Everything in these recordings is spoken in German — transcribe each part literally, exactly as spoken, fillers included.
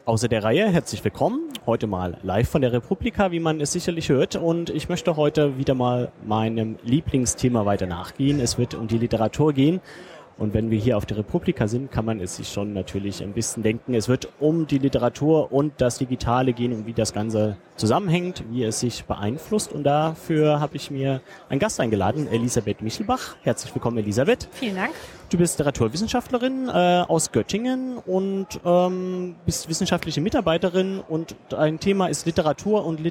Außer der Reihe, herzlich willkommen. Heute mal live von der Republika, wie man es sicherlich hört. Und ich möchte heute wieder mal meinem Lieblingsthema weiter nachgehen. Es wird um die Literatur gehen. Und wenn wir hier auf der Republika sind, kann man es sich schon natürlich ein bisschen denken. Es wird um die Literatur und das Digitale gehen und wie das Ganze zusammenhängt, wie es sich beeinflusst. Und dafür habe ich mir einen Gast eingeladen, Elisabeth Michelbach. Herzlich willkommen, Elisabeth. Vielen Dank. Du bist Literaturwissenschaftlerin äh, aus Göttingen und ähm, bist wissenschaftliche Mitarbeiterin. Und dein Thema ist Literatur und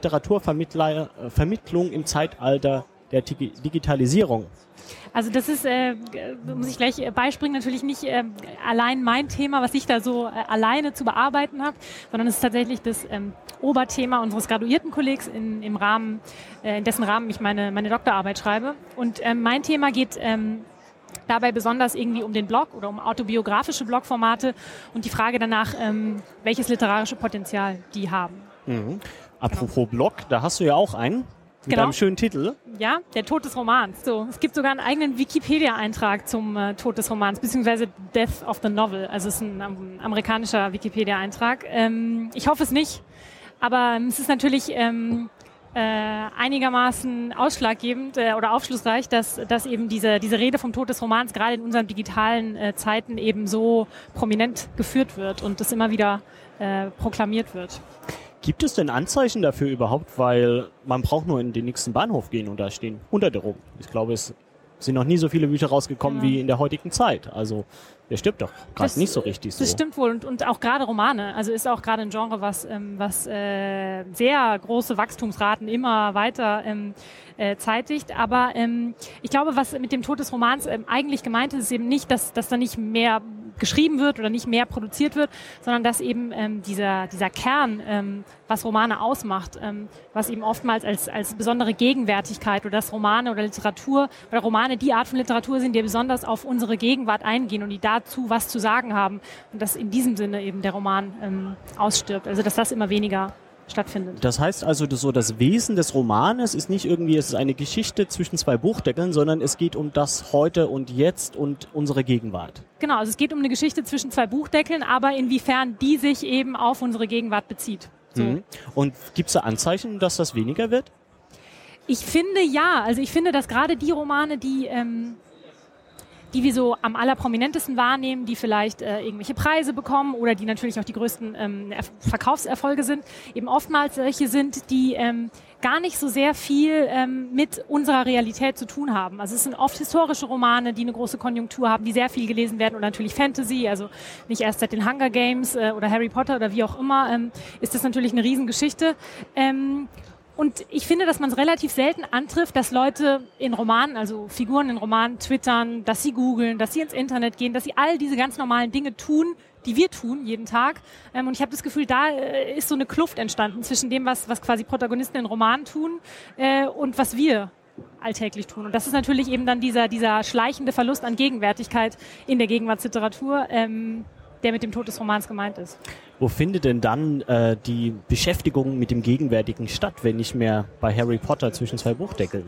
Literaturvermittlung im Zeitalter der Digi- Digitalisierung. Also das ist, äh, muss ich gleich beispringen, natürlich nicht äh, allein mein Thema, was ich da so äh, alleine zu bearbeiten habe, sondern es ist tatsächlich das ähm, Oberthema unseres Graduiertenkollegs in, im Rahmen, äh, in dessen Rahmen ich meine, meine Doktorarbeit schreibe. Und ähm, mein Thema geht ähm, dabei besonders irgendwie um den Blog oder um autobiografische Blogformate und die Frage danach, ähm, welches literarische Potenzial die haben. Mhm. Apropos genau. Blog, da hast du ja auch einen. Mit genau. einem schönen Titel. Ja, der Tod des Romans. So, es gibt sogar einen eigenen Wikipedia-Eintrag zum äh, Tod des Romans, beziehungsweise Death of the Novel. Also es ist ein ähm, amerikanischer Wikipedia-Eintrag. Ähm, ich hoffe es nicht, aber ähm, es ist natürlich ähm, äh, einigermaßen ausschlaggebend äh, oder aufschlussreich, dass, dass eben diese, diese Rede vom Tod des Romans gerade in unseren digitalen äh, Zeiten eben so prominent geführt wird und das immer wieder äh, proklamiert wird. Gibt es denn Anzeichen dafür überhaupt? Weil man braucht nur in den nächsten Bahnhof gehen und da stehen Hunderte rum. Ich glaube, es sind noch nie so viele Bücher rausgekommen ja. wie in der heutigen Zeit. Also der stirbt doch gerade nicht so richtig so. Das stimmt wohl und, und auch gerade Romane. Also ist auch gerade ein Genre, was, ähm, was äh, sehr große Wachstumsraten immer weiter ähm, äh, zeitigt. Aber ähm, ich glaube, was mit dem Tod des Romans ähm, eigentlich gemeint ist, ist eben nicht, dass, dass da nicht mehr geschrieben wird oder nicht mehr produziert wird, sondern dass eben ähm, dieser dieser Kern, ähm, was Romane ausmacht, ähm, was eben oftmals als als besondere Gegenwärtigkeit oder dass Romane oder Literatur oder Romane die Art von Literatur sind, die besonders auf unsere Gegenwart eingehen und die dazu was zu sagen haben und dass in diesem Sinne eben der Roman ähm, ausstirbt, also dass das immer weniger stattfindet. Das heißt also, das, so das Wesen des Romanes ist nicht irgendwie, es ist eine Geschichte zwischen zwei Buchdeckeln, sondern es geht um das Heute und Jetzt und unsere Gegenwart. Genau, also es geht um eine Geschichte zwischen zwei Buchdeckeln, aber inwiefern die sich eben auf unsere Gegenwart bezieht. So. Mhm. Und gibt es da Anzeichen, dass das weniger wird? Ich finde ja, also ich finde, dass gerade die Romane, die ähm, die wir so am allerprominentesten wahrnehmen, die vielleicht äh, irgendwelche Preise bekommen oder die natürlich auch die größten ähm, Erf- Verkaufserfolge sind, eben oftmals solche sind, die ähm, gar nicht so sehr viel ähm, mit unserer Realität zu tun haben. Also es sind oft historische Romane, die eine große Konjunktur haben, die sehr viel gelesen werden und natürlich Fantasy, also nicht erst seit den Hunger Games äh, oder Harry Potter oder wie auch immer, ähm, ist das natürlich eine Riesengeschichte. Ähm, Und ich finde, dass man es relativ selten antrifft, dass Leute in Romanen, also Figuren in Romanen twittern, dass sie googeln, dass sie ins Internet gehen, dass sie all diese ganz normalen Dinge tun, die wir tun jeden Tag. Ähm, und ich habe das Gefühl, da äh, ist so eine Kluft entstanden zwischen dem, was, was quasi Protagonisten in Romanen tun äh, und was wir alltäglich tun. Und das ist natürlich eben dann dieser, dieser schleichende Verlust an Gegenwärtigkeit in der Gegenwartsliteratur, ähm, der mit dem Tod des Romans gemeint ist. Wo findet denn dann äh, die Beschäftigung mit dem Gegenwärtigen statt, wenn nicht mehr bei Harry Potter zwischen zwei Buchdeckeln?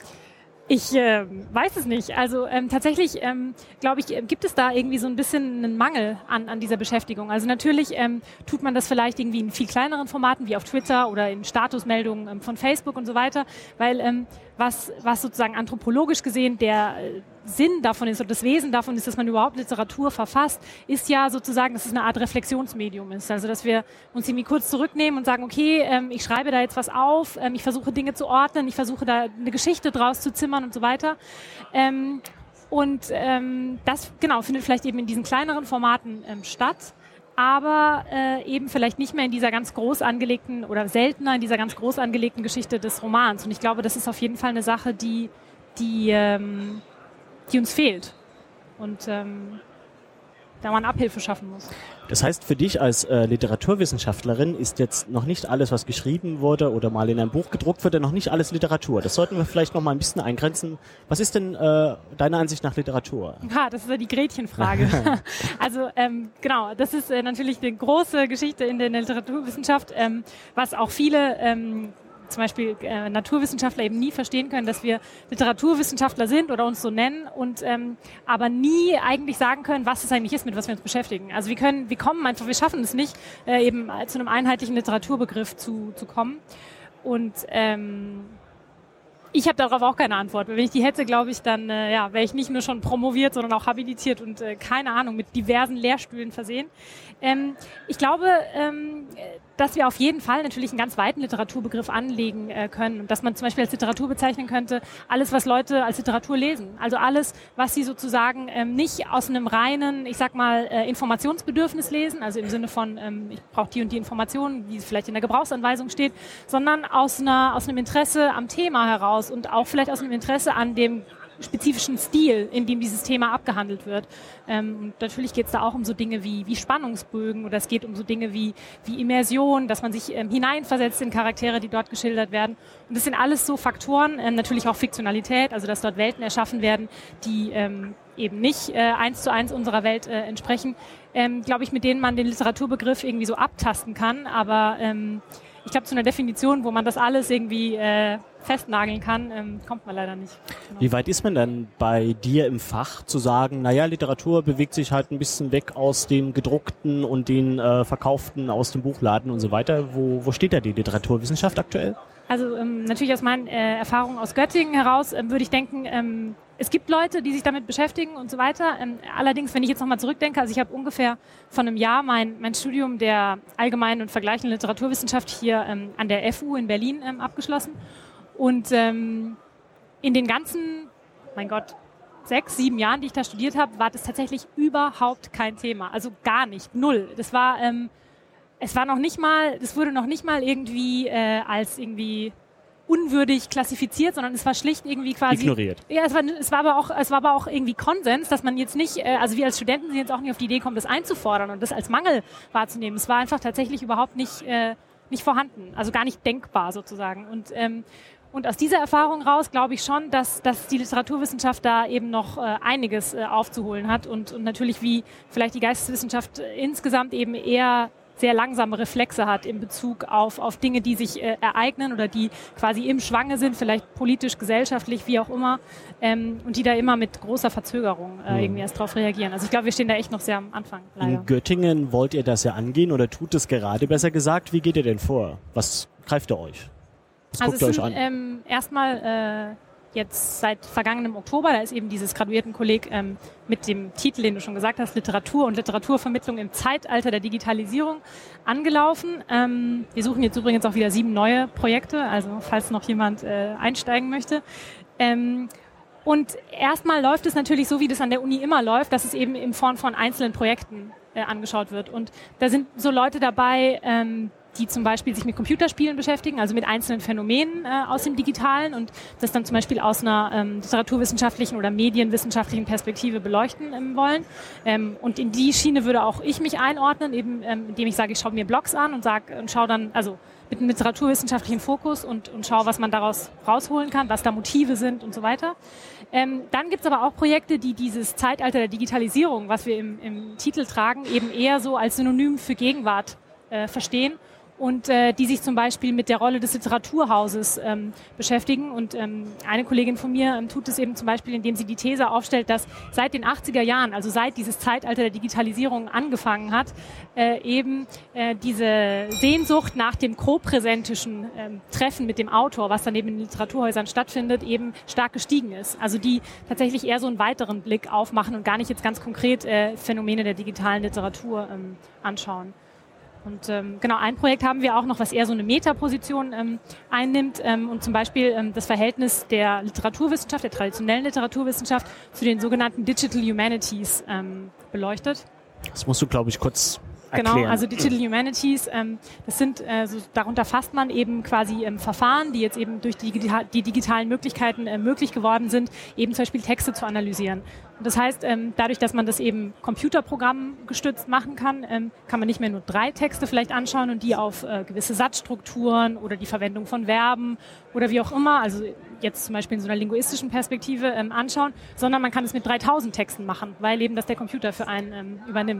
Ich äh, weiß es nicht. Also ähm, tatsächlich, ähm, glaube ich, äh, gibt es da irgendwie so ein bisschen einen Mangel an, an dieser Beschäftigung. Also natürlich ähm, tut man das vielleicht irgendwie in viel kleineren Formaten, wie auf Twitter oder in Statusmeldungen ähm, von Facebook und so weiter, weil ähm, was, was sozusagen anthropologisch gesehen der äh, Sinn davon ist oder das Wesen davon ist, dass man überhaupt Literatur verfasst, ist ja sozusagen, dass es eine Art Reflexionsmedium ist. Also dass wir uns irgendwie kurz zurücknehmen und sagen, okay, ähm, ich schreibe da jetzt was auf, ähm, ich versuche Dinge zu ordnen, ich versuche da eine Geschichte draus zu zimmern und so weiter. Ähm, und ähm, das genau findet vielleicht eben in diesen kleineren Formaten ähm, statt, aber äh, eben vielleicht nicht mehr in dieser ganz groß angelegten oder seltener in dieser ganz groß angelegten Geschichte des Romans. Und ich glaube, das ist auf jeden Fall eine Sache, die, die, ähm, die uns fehlt und ähm, da man Abhilfe schaffen muss. Das heißt, für dich als äh, Literaturwissenschaftlerin ist jetzt noch nicht alles, was geschrieben wurde oder mal in einem Buch gedruckt wurde, noch nicht alles Literatur. Das sollten wir vielleicht noch mal ein bisschen eingrenzen. Was ist denn äh, deiner Ansicht nach Literatur? Ja, das ist ja die Gretchenfrage. Also ähm, genau, das ist äh, natürlich eine große Geschichte in der Literaturwissenschaft, ähm, was auch viele ähm, zum Beispiel äh, Naturwissenschaftler eben nie verstehen können, dass wir Literaturwissenschaftler sind oder uns so nennen und ähm, aber nie eigentlich sagen können, was es eigentlich ist, mit was wir uns beschäftigen. Also wir können, wir kommen einfach, wir schaffen es nicht, äh, eben zu einem einheitlichen Literaturbegriff zu, zu kommen. Und ähm, ich habe darauf auch keine Antwort. Wenn ich die hätte, glaube ich, dann äh, ja, wäre ich nicht nur schon promoviert, sondern auch habilitiert und äh, keine Ahnung, mit diversen Lehrstühlen versehen. Ähm, ich glaube, ähm, dass wir auf jeden Fall natürlich einen ganz weiten Literaturbegriff anlegen äh, können und dass man zum Beispiel als Literatur bezeichnen könnte, alles, was Leute als Literatur lesen. Also alles, was sie sozusagen ähm, nicht aus einem reinen, ich sag mal, äh, Informationsbedürfnis lesen, also im Sinne von, ähm, ich brauche die und die Informationen, wie es vielleicht in der Gebrauchsanweisung steht, sondern aus einer, aus einem Interesse am Thema heraus und auch vielleicht aus einem Interesse an dem spezifischen Stil, in dem dieses Thema abgehandelt wird. Ähm, und natürlich geht es da auch um so Dinge wie, wie Spannungsbögen oder es geht um so Dinge wie, wie Immersion, dass man sich ähm, hineinversetzt in Charaktere, die dort geschildert werden. Und das sind alles so Faktoren, ähm, natürlich auch Fiktionalität, also dass dort Welten erschaffen werden, die ähm, eben nicht äh, eins zu eins unserer Welt äh, entsprechen, ähm, glaube ich, mit denen man den Literaturbegriff irgendwie so abtasten kann. Aber ähm, ich glaube, zu einer Definition, wo man das alles irgendwie äh, festnageln kann, ähm, kommt man leider nicht. Genau. Wie weit ist man denn bei dir im Fach zu sagen, naja, Literatur bewegt sich halt ein bisschen weg aus dem gedruckten und den äh, verkauften aus dem Buchladen und so weiter. Wo, wo steht da die Literaturwissenschaft aktuell? Also ähm, natürlich aus meinen äh, Erfahrungen aus Göttingen heraus ähm, würde ich denken, ähm, es gibt Leute, die sich damit beschäftigen und so weiter. Ähm, allerdings, wenn ich jetzt nochmal zurückdenke, also ich habe ungefähr von einem Jahr mein, mein Studium der allgemeinen und vergleichenden Literaturwissenschaft hier ähm, an der F U in Berlin ähm, abgeschlossen. Und ähm, in den ganzen, mein Gott, sechs, sieben Jahren, die ich da studiert habe, war das tatsächlich überhaupt kein Thema. Also gar nicht, null. Das war, ähm, es war noch nicht mal, das wurde noch nicht mal irgendwie äh, als irgendwie unwürdig klassifiziert, sondern es war schlicht irgendwie quasi ignoriert. Ja, es war, es war aber auch, es war aber auch irgendwie Konsens, dass man jetzt nicht, äh, also wir als Studenten sind jetzt auch nicht auf die Idee gekommen, das einzufordern und das als Mangel wahrzunehmen. Es war einfach tatsächlich überhaupt nicht äh, nicht vorhanden, also gar nicht denkbar sozusagen. Und ähm, Und aus dieser Erfahrung raus glaube ich schon, dass, dass die Literaturwissenschaft da eben noch äh, einiges äh, aufzuholen hat und, und natürlich wie vielleicht die Geisteswissenschaft äh, insgesamt eben eher sehr langsame Reflexe hat in Bezug auf, auf Dinge, die sich äh, ereignen oder die quasi im Schwange sind, vielleicht politisch, gesellschaftlich, wie auch immer, ähm, und die da immer mit großer Verzögerung äh, irgendwie erst drauf reagieren. Also ich glaube, wir stehen da echt noch sehr am Anfang, leider. In Göttingen wollt ihr das ja angehen oder tut es gerade, besser gesagt. Wie geht ihr denn vor? Was greift ihr euch? Was also guckt es ihr sind euch an? Ähm, erstmal äh, jetzt seit vergangenem Oktober, da ist eben dieses Graduiertenkolleg ähm, mit dem Titel, den du schon gesagt hast, Literatur und Literaturvermittlung im Zeitalter der Digitalisierung angelaufen. Ähm, wir suchen jetzt übrigens auch wieder sieben neue Projekte, also falls noch jemand äh, einsteigen möchte. Ähm, und erstmal läuft es natürlich so, wie das an der Uni immer läuft, dass es eben in Form von einzelnen Projekten äh, angeschaut wird. Und da sind so Leute dabei, ähm, die zum Beispiel sich mit Computerspielen beschäftigen, also mit einzelnen Phänomenen äh, aus dem Digitalen und das dann zum Beispiel aus einer ähm, literaturwissenschaftlichen oder medienwissenschaftlichen Perspektive beleuchten ähm, wollen. Ähm, und in die Schiene würde auch ich mich einordnen, eben ähm, indem ich sage, ich schaue mir Blogs an und sage und schaue dann, also mit einem literaturwissenschaftlichen Fokus und, und schaue, was man daraus rausholen kann, was da Motive sind und so weiter. Ähm, dann gibt's aber auch Projekte, die dieses Zeitalter der Digitalisierung, was wir im, im Titel tragen, eben eher so als Synonym für Gegenwart äh, verstehen. Und äh, die sich zum Beispiel mit der Rolle des Literaturhauses ähm, beschäftigen. Und ähm, eine Kollegin von mir ähm, tut es eben zum Beispiel, indem sie die These aufstellt, dass seit den achtziger Jahren, also seit dieses Zeitalter der Digitalisierung angefangen hat, äh, eben äh, diese Sehnsucht nach dem kopräsentischen ähm, Treffen mit dem Autor, was dann eben in Literaturhäusern stattfindet, eben stark gestiegen ist. Also die tatsächlich eher so einen weiteren Blick aufmachen und gar nicht jetzt ganz konkret äh, Phänomene der digitalen Literatur ähm, anschauen. Und ähm, genau, ein Projekt haben wir auch noch, was eher so eine Metaposition ähm, einnimmt ähm, und zum Beispiel ähm, das Verhältnis der Literaturwissenschaft, der traditionellen Literaturwissenschaft zu den sogenannten Digital Humanities ähm, beleuchtet. Das musst du, glaube ich, kurz erklären. Genau, also Digital Humanities, ähm, das sind, äh, so, darunter fasst man eben quasi ähm, Verfahren, die jetzt eben durch die, die digitalen Möglichkeiten äh, möglich geworden sind, eben zum Beispiel Texte zu analysieren. Und das heißt, ähm, dadurch, dass man das eben computerprogrammgestützt machen kann, ähm, kann man nicht mehr nur drei Texte vielleicht anschauen und die auf äh, gewisse Satzstrukturen oder die Verwendung von Verben oder wie auch immer, also jetzt zum Beispiel in so einer linguistischen Perspektive ähm, anschauen, sondern man kann es mit dreitausend Texten machen, weil eben das der Computer für einen ähm, übernimmt.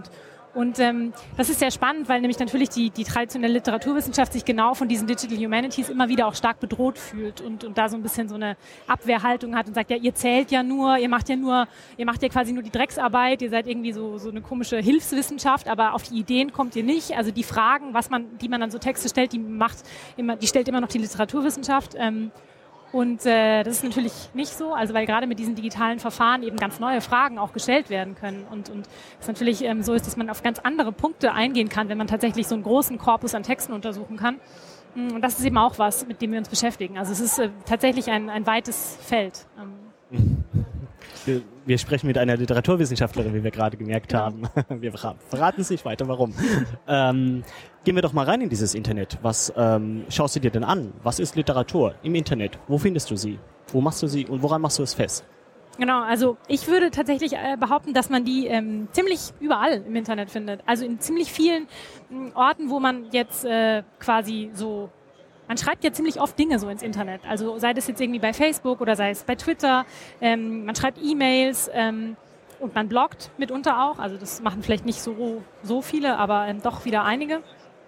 Und ähm, das ist sehr spannend, weil nämlich natürlich die, die traditionelle Literaturwissenschaft sich genau von diesen Digital Humanities immer wieder auch stark bedroht fühlt und, und da so ein bisschen so eine Abwehrhaltung hat und sagt, ja, ihr zählt ja nur, ihr macht ja nur, ihr macht ja quasi nur die Drecksarbeit, ihr seid irgendwie so, so eine komische Hilfswissenschaft, aber auf die Ideen kommt ihr nicht. Also die Fragen, was man, die man an so Texte stellt, die macht immer, die stellt immer noch die Literaturwissenschaft. Ähm, Und äh, das ist natürlich nicht so, also weil gerade mit diesen digitalen Verfahren eben ganz neue Fragen auch gestellt werden können. Und, und es natürlich ähm, so ist, dass man auf ganz andere Punkte eingehen kann, wenn man tatsächlich so einen großen Korpus an Texten untersuchen kann. Und das ist eben auch was, mit dem wir uns beschäftigen. Also es ist äh, tatsächlich ein, ein weites Feld. Ähm. Wir, wir sprechen mit einer Literaturwissenschaftlerin, wie wir gerade gemerkt ja. haben. Wir verraten es nicht weiter, warum. ähm, gehen wir doch mal rein in dieses Internet. Was ähm, schaust du dir denn an? Was ist Literatur im Internet? Wo findest du sie? Wo machst du sie und woran machst du es fest? Genau, also ich würde tatsächlich äh, behaupten, dass man die ähm, ziemlich überall im Internet findet. Also in ziemlich vielen äh, Orten, wo man jetzt äh, quasi so... Man schreibt ja ziemlich oft Dinge so ins Internet, also sei das jetzt irgendwie bei Facebook oder sei es bei Twitter, ähm, man schreibt E-Mails ähm, und man bloggt mitunter auch, also das machen vielleicht nicht so, so viele, aber ähm, doch wieder einige.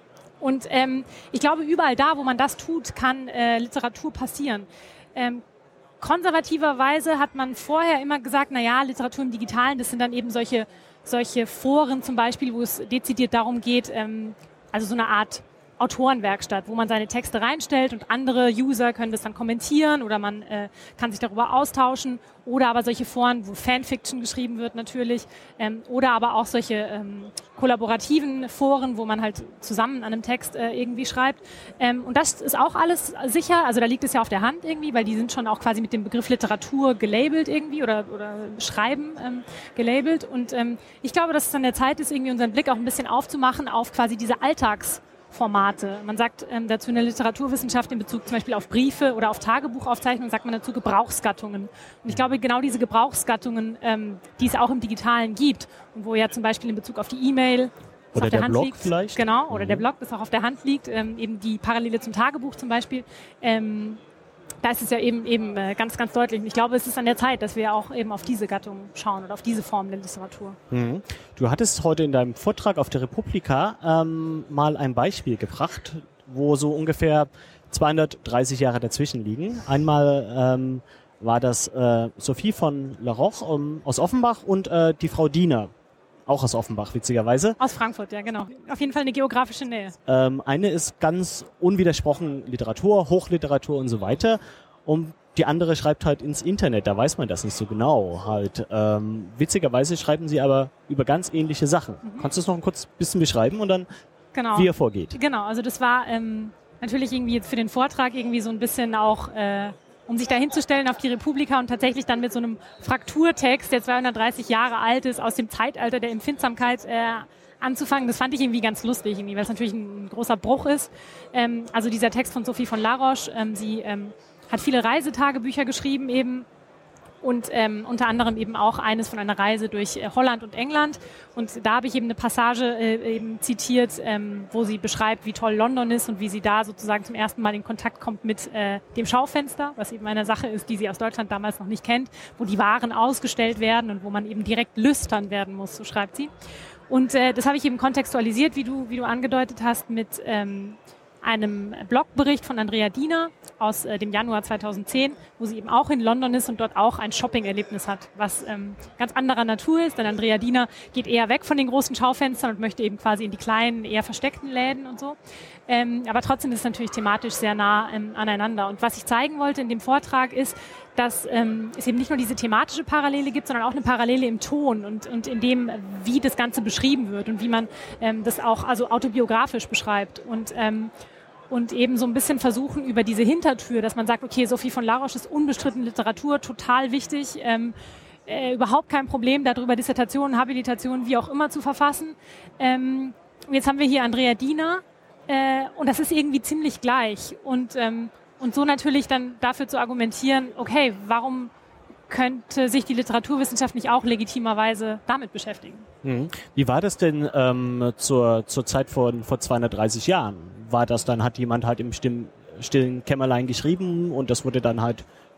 Und ähm, ich glaube, überall da, wo man das tut, kann äh, Literatur passieren. Ähm, konservativerweise hat man vorher immer gesagt, na ja, Literatur im Digitalen, das sind dann eben solche, solche Foren zum Beispiel, wo es dezidiert darum geht, ähm, also so eine Art Autorenwerkstatt, wo man seine Texte reinstellt und andere User können das dann kommentieren oder man äh, kann sich darüber austauschen oder aber solche Foren, wo Fanfiction geschrieben wird natürlich ähm, oder aber auch solche ähm, kollaborativen Foren, wo man halt zusammen an einem Text äh, irgendwie schreibt. Ähm, und das ist auch alles sicher, also da liegt es ja auf der Hand irgendwie, weil die sind schon auch quasi mit dem Begriff Literatur gelabelt irgendwie oder, oder Schreiben ähm, gelabelt und ähm, ich glaube, dass es an der Zeit ist, irgendwie unseren Blick auch ein bisschen aufzumachen auf quasi diese Alltags Formate. Man sagt ähm, dazu in der Literaturwissenschaft in Bezug zum Beispiel auf Briefe oder auf Tagebuchaufzeichnungen, sagt man dazu Gebrauchsgattungen. Und ich glaube, genau diese Gebrauchsgattungen, ähm, die es auch im Digitalen gibt und wo ja zum Beispiel in Bezug auf die E-Mail oder auf der, der Hand Blog liegt, vielleicht. Genau, oder mhm. der Blog, das auch auf der Hand liegt, ähm, eben die Parallele zum Tagebuch zum Beispiel, ähm, da ist es ja eben eben äh, ganz, ganz deutlich. Und ich glaube, es ist an der Zeit, dass wir auch eben auf diese Gattung schauen oder auf diese Form der Literatur. Mhm. Du hattest heute in deinem Vortrag auf der Republika ähm, mal ein Beispiel gebracht, wo so ungefähr zweihundertdreißig Jahre dazwischen liegen. Einmal ähm, war das äh, Sophie von La Roche um, aus Offenbach und äh, die Frau Diener. Auch aus Offenbach, witzigerweise. Aus Frankfurt, ja, genau. Auf jeden Fall eine geografische Nähe. Ähm, eine ist ganz unwidersprochen Literatur, Hochliteratur und so weiter. Und die andere schreibt halt ins Internet, da weiß man das nicht so genau. Halt, ähm, witzigerweise schreiben sie aber über ganz ähnliche Sachen. Mhm. Kannst du es noch ein kurz bisschen beschreiben und dann, genau. wie er vorgeht? Genau, also das war ähm, natürlich irgendwie jetzt für den Vortrag irgendwie so ein bisschen auch... Äh, um sich da hinzustellen auf die Republika und tatsächlich dann mit so einem Frakturtext, der zweihundertdreißig Jahre alt ist, aus dem Zeitalter der Empfindsamkeit äh, anzufangen. Das fand ich irgendwie ganz lustig, irgendwie, weil es natürlich ein, ein großer Bruch ist. Ähm, also dieser Text von Sophie von La Roche, ähm, sie ähm, hat viele Reisetagebücher geschrieben eben und ähm, unter anderem eben auch eines von einer Reise durch äh, Holland und England. Und da habe ich eben eine Passage äh, eben zitiert, ähm, wo sie beschreibt, wie toll London ist und wie sie da sozusagen zum ersten Mal in Kontakt kommt mit äh, dem Schaufenster, was eben eine Sache ist, die sie aus Deutschland damals noch nicht kennt, wo die Waren ausgestellt werden und wo man eben direkt lüstern werden muss, so schreibt sie. Und äh, das habe ich eben kontextualisiert, wie du, wie du angedeutet hast, mit ähm, einem Blogbericht von Andrea Diener aus äh, dem Januar zweitausendzehn, wo sie eben auch in London ist und dort auch ein Shopping-Erlebnis hat, was ähm, ganz anderer Natur ist, denn Andrea Diener geht eher weg von den großen Schaufenstern und möchte eben quasi in die kleinen, eher versteckten Läden und so. Ähm, aber trotzdem ist es natürlich thematisch sehr nah ähm, aneinander. Und was ich zeigen wollte in dem Vortrag ist, dass ähm, es eben nicht nur diese thematische Parallele gibt, sondern auch eine Parallele im Ton und, und in dem, wie das Ganze beschrieben wird und wie man ähm, das auch also autobiografisch beschreibt. Und ähm, und eben so ein bisschen versuchen über diese Hintertür, dass man sagt, okay, Sophie von La Roche ist unbestritten Literatur, total wichtig, ähm, äh, überhaupt kein Problem, darüber Dissertationen, Habilitationen, wie auch immer zu verfassen. Ähm, und jetzt haben wir hier Andrea Diener äh, und das ist irgendwie ziemlich gleich. Und, ähm, und so natürlich dann dafür zu argumentieren, okay, warum könnte sich die Literaturwissenschaft nicht auch legitimerweise damit beschäftigen? Mhm. Wie war das denn ähm, zur, zur Zeit von vor zweihundertdreißig Jahren? War das dann, hat jemand halt im stillen, stillen Kämmerlein geschrieben und das wurde dann halt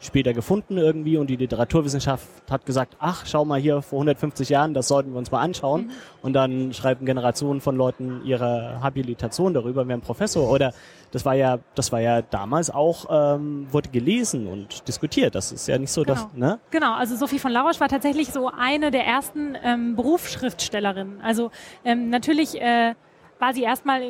später gefunden irgendwie und die Literaturwissenschaft hat gesagt, ach, schau mal hier vor hundertfünfzig Jahren, das sollten wir uns mal anschauen. Mhm. Und dann schreiben Generationen von Leuten ihre Habilitation darüber, wir haben Professor. Oder das war ja, das war ja damals auch, ähm, wurde gelesen und diskutiert. Das ist ja nicht so, genau. dass, ne? Genau, also Sophie von La Roche war tatsächlich so eine der ersten ähm, Berufsschriftstellerinnen. Also ähm, natürlich äh, war sie erstmal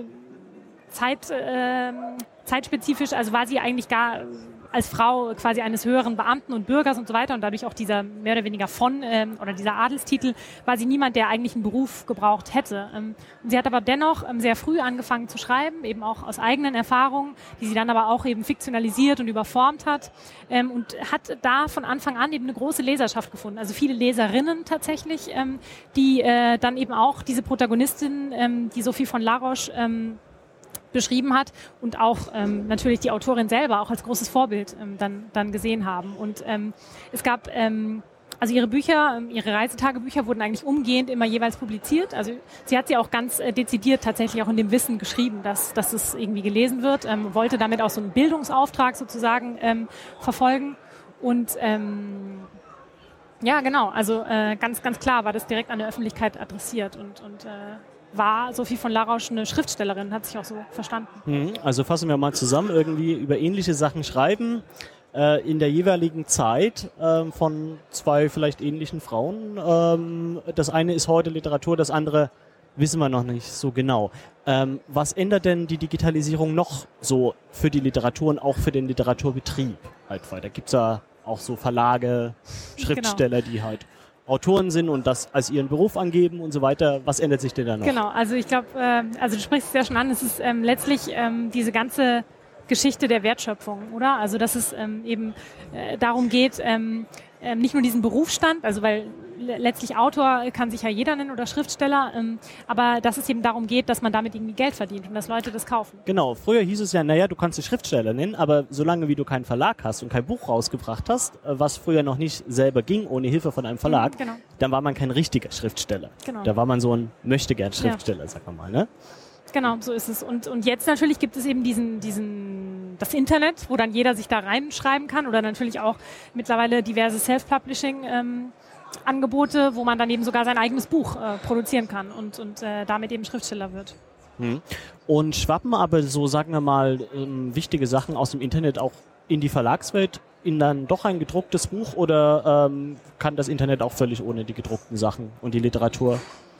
Zeit, äh, zeitspezifisch, also war sie eigentlich gar als Frau quasi eines höheren Beamten und Bürgers und so weiter und dadurch auch dieser mehr oder weniger von ähm, oder dieser Adelstitel, war sie niemand, der eigentlich einen Beruf gebraucht hätte. Ähm, sie hat aber dennoch ähm, sehr früh angefangen zu schreiben, eben auch aus eigenen Erfahrungen, die sie dann aber auch eben fiktionalisiert und überformt hat ähm, und hat da von Anfang an eben eine große Leserschaft gefunden, also viele Leserinnen tatsächlich, ähm, die äh, dann eben auch diese Protagonistin, ähm, die Sophie von La Roche, ähm, beschrieben hat und auch ähm, natürlich die Autorin selber auch als großes Vorbild ähm, dann, dann gesehen haben. Und ähm, es gab, ähm, also ihre Bücher, ähm, ihre Reisetagebücher wurden eigentlich umgehend immer jeweils publiziert. Also sie hat sie auch ganz äh, dezidiert tatsächlich auch in dem Wissen geschrieben, dass, dass es irgendwie gelesen wird, ähm, wollte damit auch so einen Bildungsauftrag sozusagen ähm, verfolgen. Und ähm, ja, genau, also äh, ganz, ganz klar war das direkt an der Öffentlichkeit adressiert und, und äh, war Sophie von La Roche eine Schriftstellerin, hat sich auch so verstanden. Also fassen wir mal zusammen, irgendwie über ähnliche Sachen schreiben, äh, in der jeweiligen Zeit äh, von zwei vielleicht ähnlichen Frauen. Ähm, das eine ist heute Literatur, das andere wissen wir noch nicht so genau. Ähm, was ändert denn die Digitalisierung noch so für die Literatur und auch für den Literaturbetrieb halt weiter? Gibt es da auch so Verlage, Schriftsteller, genau, die halt Autoren sind und das als ihren Beruf angeben und so weiter. Was ändert sich denn da noch? Genau, also ich glaube, äh, also du sprichst es ja schon an, es ist ähm, letztlich ähm, diese ganze Geschichte der Wertschöpfung, oder? Also dass es ähm, eben äh, darum geht, ähm, ähm, nicht nur diesen Berufsstand, also weil letztlich Autor kann sich ja jeder nennen oder Schriftsteller, ähm, aber dass es eben darum geht, dass man damit irgendwie Geld verdient und dass Leute das kaufen. Genau, früher hieß es ja, naja, du kannst dich Schriftsteller nennen, aber solange wie du keinen Verlag hast und kein Buch rausgebracht hast, was früher noch nicht selber ging, ohne Hilfe von einem Verlag, mhm, genau, dann war man kein richtiger Schriftsteller. Genau. Da war man so ein Möchtegern-Schriftsteller, ja, sagen wir mal, ne? Genau, so ist es. Und, und jetzt natürlich gibt es eben diesen, diesen, das Internet, wo dann jeder sich da reinschreiben kann oder natürlich auch mittlerweile diverse Self-Publishing ähm, Angebote, wo man dann eben sogar sein eigenes Buch äh, produzieren kann und, und äh, damit eben Schriftsteller wird. Hm. Und schwappen aber so, sagen wir mal, ähm, wichtige Sachen aus dem Internet auch in die Verlagswelt, in dann doch ein gedrucktes Buch oder ähm, kann das Internet auch völlig ohne die gedruckten Sachen und die Literatur?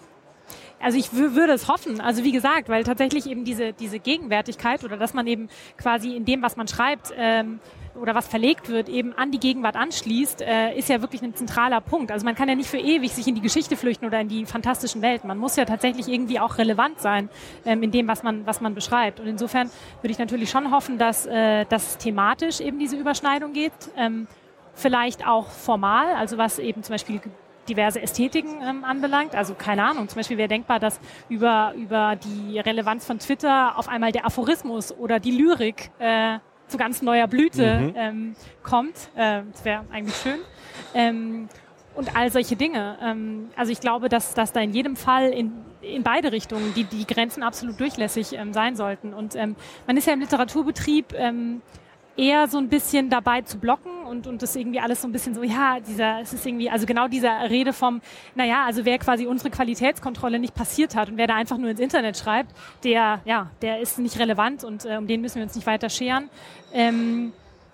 Also ich w- würde es hoffen, also wie gesagt, weil tatsächlich eben diese, diese Gegenwärtigkeit oder dass man eben quasi in dem, was man schreibt, ähm, oder was verlegt wird, eben an die Gegenwart anschließt, äh, ist ja wirklich ein zentraler Punkt. Also man kann ja nicht für ewig sich in die Geschichte flüchten oder in die fantastischen Welten. Man muss ja tatsächlich irgendwie auch relevant sein ähm, in dem, was man, was man beschreibt. Und insofern würde ich natürlich schon hoffen, dass äh, das thematisch eben diese Überschneidung geht. Ähm, vielleicht auch formal, also was eben zum Beispiel diverse Ästhetiken ähm, anbelangt. Also keine Ahnung, zum Beispiel wäre denkbar, dass über, über die Relevanz von Twitter auf einmal der Aphorismus oder die Lyrik äh, zu ganz neuer Blüte mhm. ähm, kommt. Äh, das wäre eigentlich schön. Ähm, und all solche Dinge. Ähm, also ich glaube, dass, dass da in jedem Fall in, in beide Richtungen die, die Grenzen absolut durchlässig ähm, sein sollten. Und ähm, man ist ja im Literaturbetrieb ähm, eher so ein bisschen dabei zu blocken und, und das irgendwie alles so ein bisschen so, ja, dieser, es ist irgendwie, also genau dieser Rede vom, naja, also wer quasi unsere Qualitätskontrolle nicht passiert hat und wer da einfach nur ins Internet schreibt, der, ja, der ist nicht relevant und äh, um den müssen wir uns nicht weiter scheren. Ähm,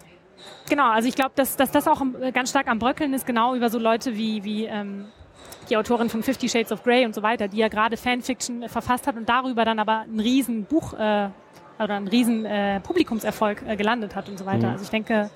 genau, also ich glaube, dass, dass das auch ganz stark am Bröckeln ist, genau über so Leute wie, wie ähm, die Autorin von Fifty Shades of Grey und so weiter, die ja gerade Fanfiction äh, verfasst hat und darüber dann aber ein riesen Buch äh, oder ein riesen äh, Publikumserfolg äh, gelandet hat und so weiter. Mhm. Also ich denke,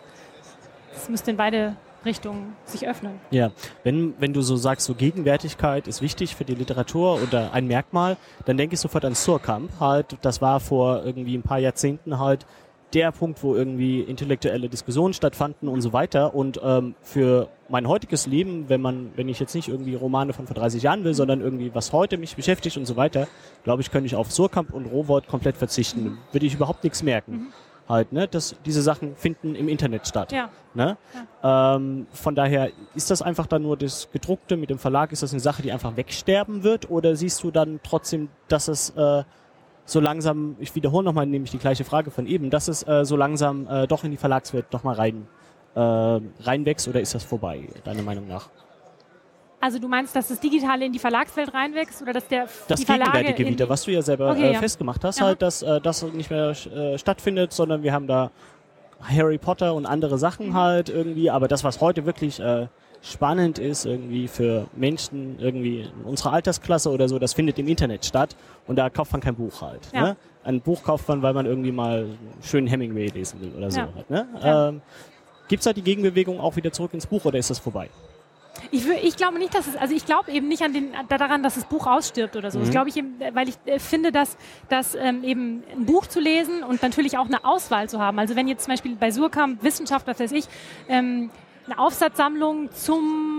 es müsste in beide Richtungen sich öffnen. Ja, wenn, wenn du so sagst, so Gegenwärtigkeit ist wichtig für die Literatur oder ein Merkmal, dann denke ich sofort an Surkamp halt. Das war vor irgendwie ein paar Jahrzehnten halt der Punkt, wo irgendwie intellektuelle Diskussionen stattfanden und so weiter. Und ähm, für mein heutiges Leben, wenn man, wenn ich jetzt nicht irgendwie Romane von vor dreißig Jahren will, mhm. sondern irgendwie was heute mich beschäftigt und so weiter, glaube ich, könnte ich auf Surkamp und Rowohlt komplett verzichten. Mhm. Würde ich überhaupt nichts merken. Mhm. Halt, ne, dass diese Sachen finden im Internet statt. Ja. Ne? Ja. Ähm, von daher ist das einfach dann nur das Gedruckte mit dem Verlag, ist das eine Sache, die einfach wegsterben wird, oder siehst du dann trotzdem, dass es äh, so langsam, ich wiederhole nochmal nämlich die gleiche Frage von eben, dass es äh, so langsam äh, doch in die Verlagswelt nochmal rein äh, reinwächst oder ist das vorbei, deiner Meinung nach? Also du meinst, dass das Digitale in die Verlagswelt reinwächst oder dass der das die Verlage Gegenwärtige wieder, was du ja selber okay, äh, ja. festgemacht hast, Aha. halt, dass äh, das nicht mehr äh, stattfindet, sondern wir haben da Harry Potter und andere Sachen mhm. halt irgendwie, aber das, was heute wirklich äh, spannend ist irgendwie für Menschen irgendwie in unserer Altersklasse oder so, das findet im Internet statt und da kauft man kein Buch halt. Ja. Ne? Ein Buch kauft man, weil man irgendwie mal einen schönen Hemingway lesen will oder so. Ja. Halt, ne? Ja. Ähm, Gibt es da die Gegenbewegung auch wieder zurück ins Buch oder ist das vorbei? Ich, ich glaube nicht, dass es, also ich glaube eben nicht an den, daran, dass das Buch ausstirbt oder so. Mhm. Das glaube ich eben, weil ich äh, finde, dass, dass ähm, eben ein Buch zu lesen und natürlich auch eine Auswahl zu haben. Also wenn jetzt zum Beispiel bei Surkamp Wissenschaft, was weiß ich, ähm, eine Aufsatzsammlung zum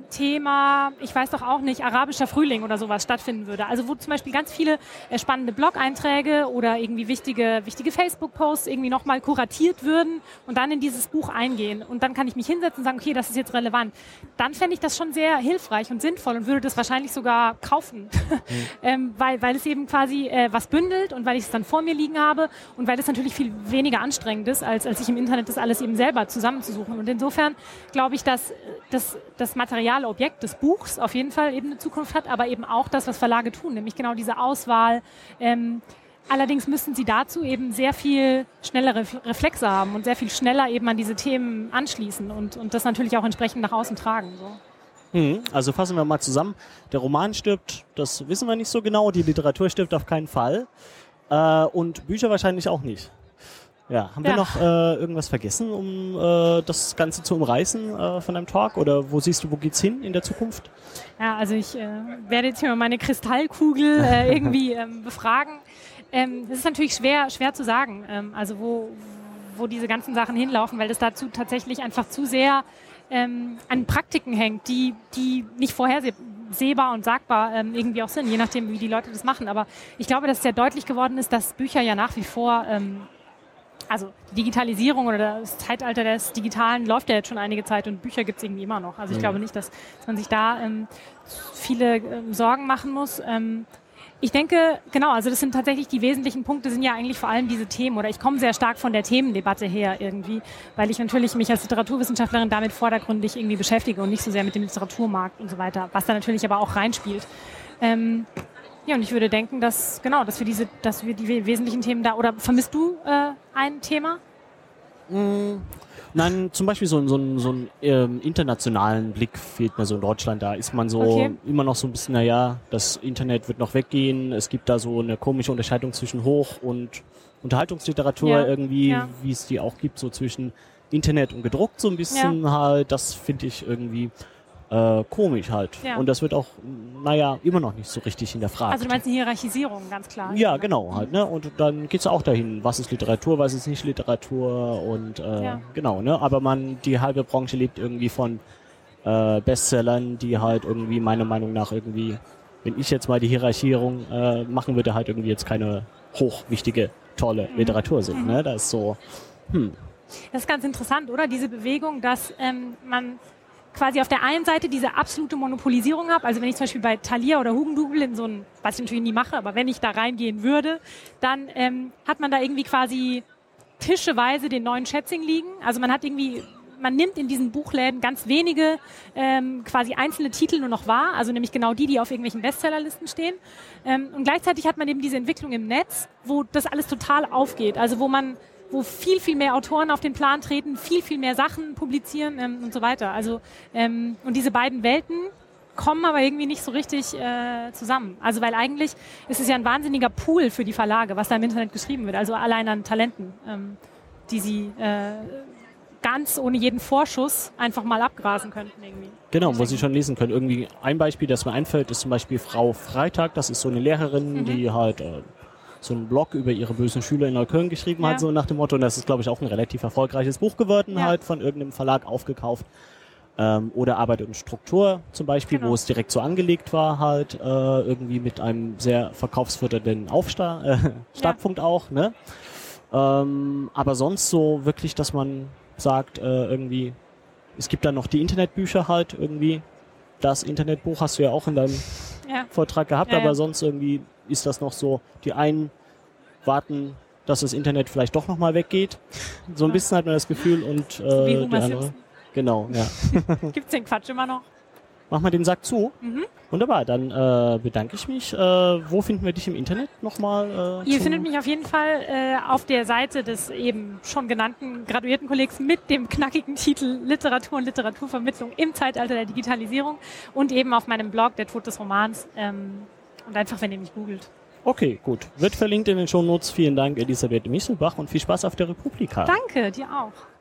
Thema, ich weiß doch auch nicht, arabischer Frühling oder sowas stattfinden würde. Also wo zum Beispiel ganz viele äh, spannende Blog-Einträge oder irgendwie wichtige, wichtige Facebook-Posts irgendwie nochmal kuratiert würden und dann in dieses Buch eingehen. Und dann kann ich mich hinsetzen und sagen, okay, das ist jetzt relevant. Dann fände ich das schon sehr hilfreich und sinnvoll und würde das wahrscheinlich sogar kaufen. Mhm. ähm, weil, weil es eben quasi äh, was bündelt und weil ich es dann vor mir liegen habe und weil es natürlich viel weniger anstrengend ist, als, als sich im Internet das alles eben selber zusammenzusuchen. Und insofern glaube ich, dass das, das Material Objekt des Buchs auf jeden Fall eben eine Zukunft hat, aber eben auch das, was Verlage tun, nämlich genau diese Auswahl. Ähm, allerdings müssen sie dazu eben sehr viel schnellere Reflexe haben und sehr viel schneller eben an diese Themen anschließen und, und das natürlich auch entsprechend nach außen tragen. So. Mhm. Also fassen wir mal zusammen. Der Roman stirbt, das wissen wir nicht so genau, die Literatur stirbt auf keinen Fall äh, und Bücher wahrscheinlich auch nicht. Ja, haben ja. wir noch äh, irgendwas vergessen, um äh, das Ganze zu umreißen äh, von deinem Talk? Oder wo siehst du, wo geht's hin in der Zukunft? Ja, also ich äh, werde jetzt hier mal meine Kristallkugel äh, irgendwie ähm, befragen. Ähm, das ist natürlich schwer, schwer zu sagen, ähm, also wo, wo diese ganzen Sachen hinlaufen, weil das dazu tatsächlich einfach zu sehr ähm, an Praktiken hängt, die, die nicht vorhersehbar und sagbar ähm, irgendwie auch sind, je nachdem, wie die Leute das machen. Aber ich glaube, dass sehr deutlich geworden ist, dass Bücher ja nach wie vor ähm, also die Digitalisierung oder das Zeitalter des Digitalen läuft ja jetzt schon einige Zeit und Bücher gibt es irgendwie immer noch. Also ich mhm. glaube nicht, dass, dass man sich da ähm, viele ähm, Sorgen machen muss. Ähm, ich denke, genau, also das sind tatsächlich die wesentlichen Punkte, sind ja eigentlich vor allem diese Themen oder ich komme sehr stark von der Themendebatte her irgendwie, weil ich natürlich mich als Literaturwissenschaftlerin damit vordergründig irgendwie beschäftige und nicht so sehr mit dem Literaturmarkt und so weiter, was da natürlich aber auch reinspielt. Ähm, Ja, und ich würde denken, dass genau, dass wir diese, dass wir die wesentlichen Themen da, oder vermisst du äh, ein Thema? Mm, nein, zum Beispiel so, so, so einen ähm, internationalen Blick fehlt mir so in Deutschland. Da ist man so okay. immer noch so ein bisschen, naja, das Internet wird noch weggehen. Es gibt da so eine komische Unterscheidung zwischen Hoch- und Unterhaltungsliteratur ja. irgendwie, ja. wie es die auch gibt, so zwischen Internet und gedruckt so ein bisschen ja. halt. Das finde ich irgendwie Äh, komisch halt. Ja. Und das wird auch, naja, immer noch nicht so richtig hinterfragt. Also du meinst eine Hierarchisierung, ganz klar. Ja, genau halt, ne? Und dann geht's auch dahin, was ist Literatur, was ist nicht Literatur und äh, ja. genau, ne? Aber man, die halbe Branche lebt irgendwie von äh, Bestsellern, die halt irgendwie meiner Meinung nach irgendwie, wenn ich jetzt mal die Hierarchierung äh, machen würde, halt irgendwie jetzt keine hochwichtige, tolle mhm. Literatur sind, mhm. ne? Das ist so, hm. Das ist ganz interessant, oder? Diese Bewegung, dass ähm, man quasi auf der einen Seite diese absolute Monopolisierung habe, also wenn ich zum Beispiel bei Thalia oder Hugendubel in so ein, was ich natürlich nie mache, aber wenn ich da reingehen würde, dann ähm, hat man da irgendwie quasi tischeweise den neuen Schätzing liegen. Also man hat irgendwie, man nimmt in diesen Buchläden ganz wenige ähm, quasi einzelne Titel nur noch wahr, also nämlich genau die, die auf irgendwelchen Bestsellerlisten stehen. Ähm, und gleichzeitig hat man eben diese Entwicklung im Netz, wo das alles total aufgeht, also wo man wo viel, viel mehr Autoren auf den Plan treten, viel, viel mehr Sachen publizieren ähm, und so weiter. Also ähm, und diese beiden Welten kommen aber irgendwie nicht so richtig äh, zusammen. Also weil eigentlich ist es ja ein wahnsinniger Pool für die Verlage, was da im Internet geschrieben wird. Also allein an Talenten, ähm, die sie äh, ganz ohne jeden Vorschuss einfach mal abgrasen könnten irgendwie. Genau, wo sie schon lesen können. Irgendwie ein Beispiel, das mir einfällt, ist zum Beispiel Frau Freitag. Das ist so eine Lehrerin, mhm. die halt äh, so einen Blog über ihre bösen Schüler in Neukölln geschrieben ja. hat, so nach dem Motto. Und das ist, glaube ich, auch ein relativ erfolgreiches Buch geworden, ja. halt von irgendeinem Verlag aufgekauft. Ähm, oder Arbeit und Struktur zum Beispiel, genau. wo es direkt so angelegt war, halt äh, irgendwie mit einem sehr verkaufsfördernden Aufsta- äh, Startpunkt ja. auch. Ne? Ähm, aber sonst so wirklich, dass man sagt, äh, irgendwie, es gibt dann noch die Internetbücher halt irgendwie. Das Internetbuch hast du ja auch in deinem ja. Vortrag gehabt, ja, aber ja. sonst irgendwie ist das noch so, die einen warten dass das Internet vielleicht doch nochmal weggeht. So ein bisschen hat man das Gefühl und äh, so wie Homer der andere. Simpson. Genau, ja. Gibt's den Quatsch immer noch? Mach mal den Sack zu. Mhm. Wunderbar, dann äh, bedanke ich mich. Äh, wo finden wir dich im Internet nochmal? Äh, Ihr findet mich auf jeden Fall äh, auf der Seite des eben schon genannten Graduiertenkollegs mit dem knackigen Titel Literatur und Literaturvermittlung im Zeitalter der Digitalisierung und eben auf meinem Blog Der Tod des Romans ähm, und einfach, wenn ihr mich googelt. Okay, gut. Wird verlinkt in den Shownotes. Vielen Dank, Elisabeth Michelbach, und viel Spaß auf der Republika. Danke, dir auch.